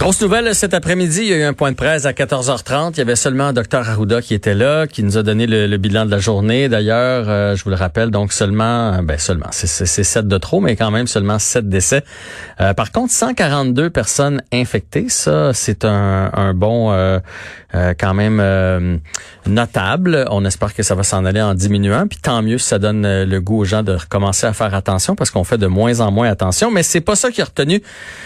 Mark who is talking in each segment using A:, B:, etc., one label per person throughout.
A: Grosse nouvelle, cet après-midi, il y a eu un point de presse à 14h30. Il y avait seulement Dr Arruda qui était là, qui nous a donné le bilan de la journée. D'ailleurs, je vous le rappelle, donc seulement, c'est 7 de trop, mais quand même seulement 7 décès. Par contre, 142 personnes infectées, ça, c'est un bon, quand même notable. On espère que ça va s'en aller en diminuant. Puis tant mieux si ça donne le goût aux gens de recommencer à faire attention, parce qu'on fait de moins en moins attention. Mais c'est pas ça qui a retenu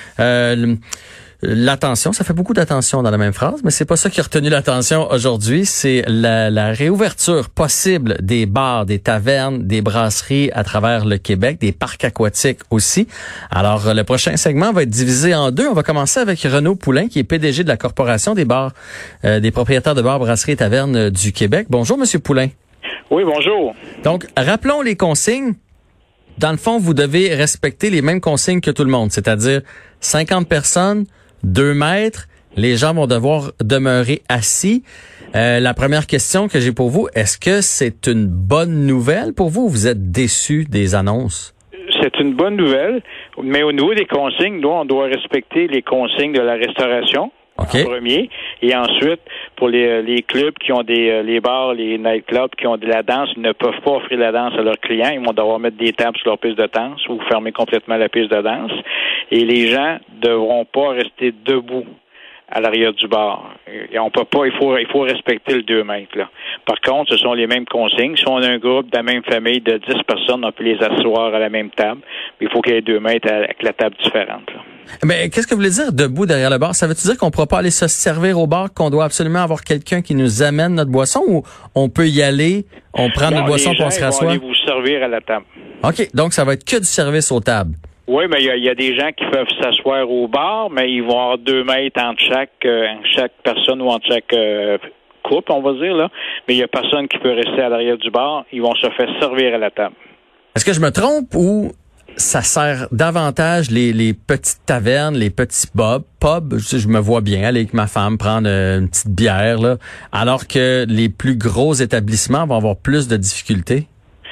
A: l'attention. Ça fait beaucoup d'attention dans la même phrase, mais c'est pas ça qui a retenu l'attention aujourd'hui. C'est la réouverture possible des bars, des tavernes, des brasseries à travers le Québec, des parcs aquatiques aussi. Alors, le prochain segment va être divisé en deux. On va commencer avec Renaud Poulain, qui est PDG de la Corporation des bars, des propriétaires de bars, brasseries et tavernes du Québec. Bonjour, Monsieur Poulain.
B: Oui, bonjour.
A: Donc, rappelons les consignes. Dans le fond, vous devez respecter les mêmes consignes que tout le monde, c'est-à-dire 50 personnes, 2 mètres, les gens vont devoir demeurer assis. La première question que j'ai pour vous, est-ce que c'est une bonne nouvelle pour vous ou vous êtes déçus des annonces?
B: C'est une bonne nouvelle, mais au niveau des consignes, nous, on doit respecter les consignes de la restauration.
A: Okay.
B: En premier, et ensuite pour les clubs qui ont les bars, les nightclubs qui ont de la danse, ils ne peuvent pas offrir la danse à leurs clients. Ils vont devoir mettre des tables sur leur piste de danse ou fermer complètement la piste de danse. Et les gens devront pas rester debout à l'arrière du bar. Et on peut pas, il faut respecter le 2 mètres, là. Par contre, ce sont les mêmes consignes. Si on a un groupe de la même famille de 10 personnes, on peut les asseoir à la même table. Mais il faut qu'il y ait 2 mètres avec la table différente, là.
A: Mais qu'est-ce que vous voulez dire debout derrière le bar? Ça veut-tu dire qu'on ne pourra pas aller se servir au bar, qu'on doit absolument avoir quelqu'un qui nous amène notre boisson, ou on peut y aller, on prend notre boisson et on se rassoit?
B: Les gens vont aller vous servir à la table.
A: OK, donc ça va être que du service aux tables.
B: Oui, mais il y a des gens qui peuvent s'asseoir au bar, mais ils vont avoir 2 mètres entre chaque personne ou entre chaque couple, on va dire, là. Mais il y a personne qui peut rester à l'arrière du bar. Ils vont se faire servir à la table.
A: Est-ce que je me trompe ou ça sert davantage les petites tavernes, les petits pubs? Je me vois bien aller avec ma femme prendre une petite bière, là, alors que les plus gros établissements vont avoir plus de difficultés?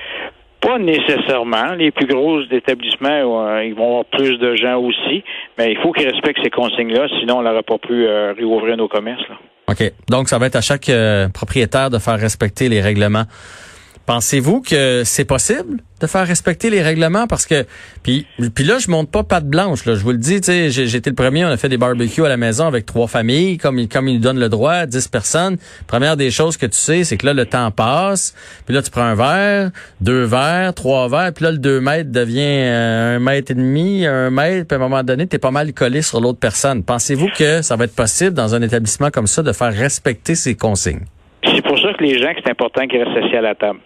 B: Pas nécessairement. Les plus gros établissements, ils vont avoir plus de gens aussi, mais il faut qu'ils respectent ces consignes-là, sinon on n'aurait pas pu réouvrir nos commerces, là.
A: OK. Donc, ça va être à chaque propriétaire de faire respecter les règlements. Pensez-vous que c'est possible de faire respecter les règlements? Parce que, puis là, je monte pas patte blanche, là. Je vous le dis, tu sais, j'ai été le premier, on a fait des barbecues à la maison avec 3 familles, comme ils nous donnent le droit, 10 personnes. Première des choses que tu sais, c'est que là, le temps passe, puis là, tu prends un verre, 2 verres, 3 verres, puis là, le 2 mètres devient 1 mètre et demi, 1 mètre, puis à un moment donné, t'es pas mal collé sur l'autre personne. Pensez-vous que ça va être possible dans un établissement comme ça de faire respecter ces consignes?
B: C'est pour ça que les gens, c'est important qu'ils restent assis à la table.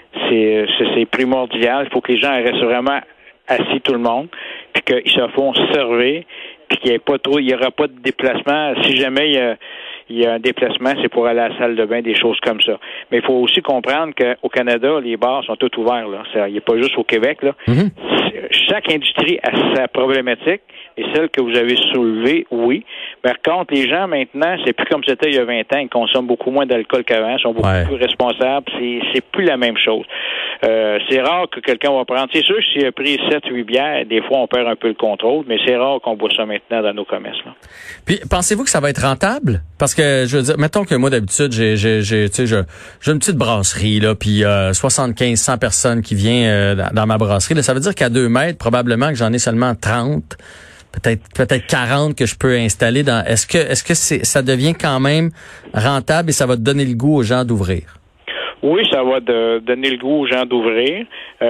B: C'est primordial. Il faut que les gens restent vraiment assis, tout le monde, puis qu'ils se font servir, puis qu'il n'y aura pas de déplacement. Si jamais il y a un déplacement, c'est pour aller à la salle de bain, des choses comme ça. Mais il faut aussi comprendre qu'au Canada, les bars sont tous ouverts, là. Il n'y a pas juste au Québec, là. Mm-hmm. Chaque industrie a sa problématique, et celle que vous avez soulevée, oui. Par contre, les gens, maintenant, c'est plus comme c'était il y a 20 ans. Ils consomment beaucoup moins d'alcool qu'avant. Ils sont beaucoup plus responsables. C'est plus la même chose. C'est rare que quelqu'un va prendre. C'est sûr que s'il a pris 7-8 bières, des fois, on perd un peu le contrôle, mais c'est rare qu'on boit ça maintenant dans nos commerces, là.
A: Puis, pensez-vous que ça va être rentable? Parce que, je veux dire, mettons que moi, d'habitude, j'ai une petite brasserie, là, puis 75-100 personnes qui viennent dans ma brasserie. Là, ça veut dire qu'à 2 mètres, probablement que j'en ai seulement 30. Peut-être 40 que je peux installer dans. Est-ce que ça devient quand même rentable et ça va donner le goût aux gens d'ouvrir? Oui, ça va donner le goût aux gens d'ouvrir.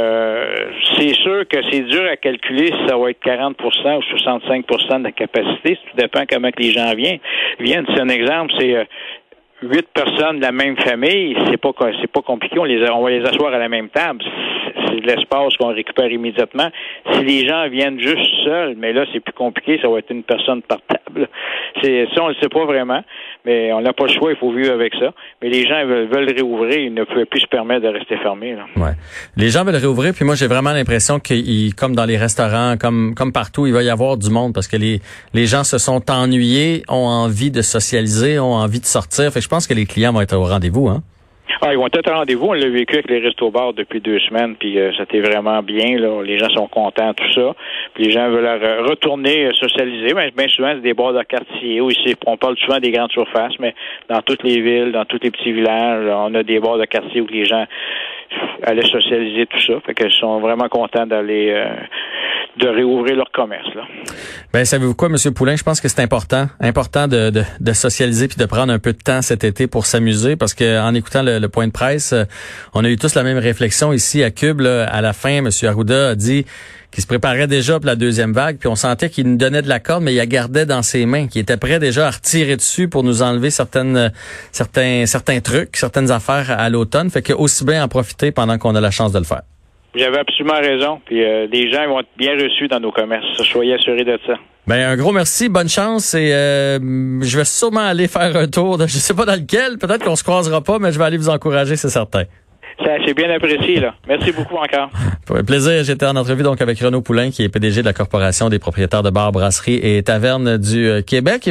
B: C'est sûr que c'est dur à calculer si ça va être 40% ou 65% de la capacité. Tout dépend comment que les gens viennent. C'est un exemple, c'est 8 personnes de la même famille, c'est pas compliqué. On va les asseoir à la même table. C'est de l'espace qu'on récupère immédiatement. Si les gens viennent juste seuls, mais là, c'est plus compliqué, ça va être une personne par table. Ça, on le sait pas vraiment, mais on n'a pas le choix, il faut vivre avec ça. Mais les gens veulent réouvrir, ils ne peuvent plus se permettre de rester fermés, là.
A: Ouais. Les gens veulent réouvrir, puis moi, j'ai vraiment l'impression comme dans les restaurants, comme partout, il va y avoir du monde parce que les gens se sont ennuyés, ont envie de socialiser, ont envie de sortir. Fait que je pense que les clients vont être au rendez-vous, hein?
B: Ah, ils vont être à rendez-vous. On l'a vécu avec les restos-bars depuis 2 semaines, puis c'était vraiment bien. Là, les gens sont contents, tout ça. Puis les gens veulent retourner socialiser. Bien souvent, c'est des bars de quartier. On parle souvent des grandes surfaces, mais dans toutes les villes, dans tous les petits villages, on a des bars de quartier où les gens allaient socialiser, tout ça. Fait qu'ils sont vraiment contents d'aller de réouvrir leur commerce, là.
A: Ben, savez-vous quoi, M. Poulin? Je pense que c'est important de socialiser puis de prendre un peu de temps cet été pour s'amuser, parce que en écoutant le point de presse, on a eu tous la même réflexion ici à Cube, là. À la fin, M. Arruda a dit qu'il se préparait déjà pour la deuxième vague, puis on sentait qu'il nous donnait de la corde, mais il la gardait dans ses mains, qu'il était prêt déjà à retirer dessus pour nous enlever certains trucs, certaines affaires à l'automne. Fait que aussi bien en profiter pendant qu'on a la chance de le faire.
B: Vous avez absolument raison. Puis les gens vont être bien reçus dans nos commerces. Soyez assurés de ça.
A: Ben, un gros merci, bonne chance, et je vais sûrement aller faire un tour. Je sais pas dans lequel, peut-être qu'on se croisera pas, mais je vais aller vous encourager, c'est certain.
B: C'est bien apprécié, là. Merci beaucoup encore.
A: Pour un plaisir, j'étais en entrevue donc avec Renaud Poulin, qui est PDG de la Corporation des propriétaires de bars, brasseries et tavernes du Québec.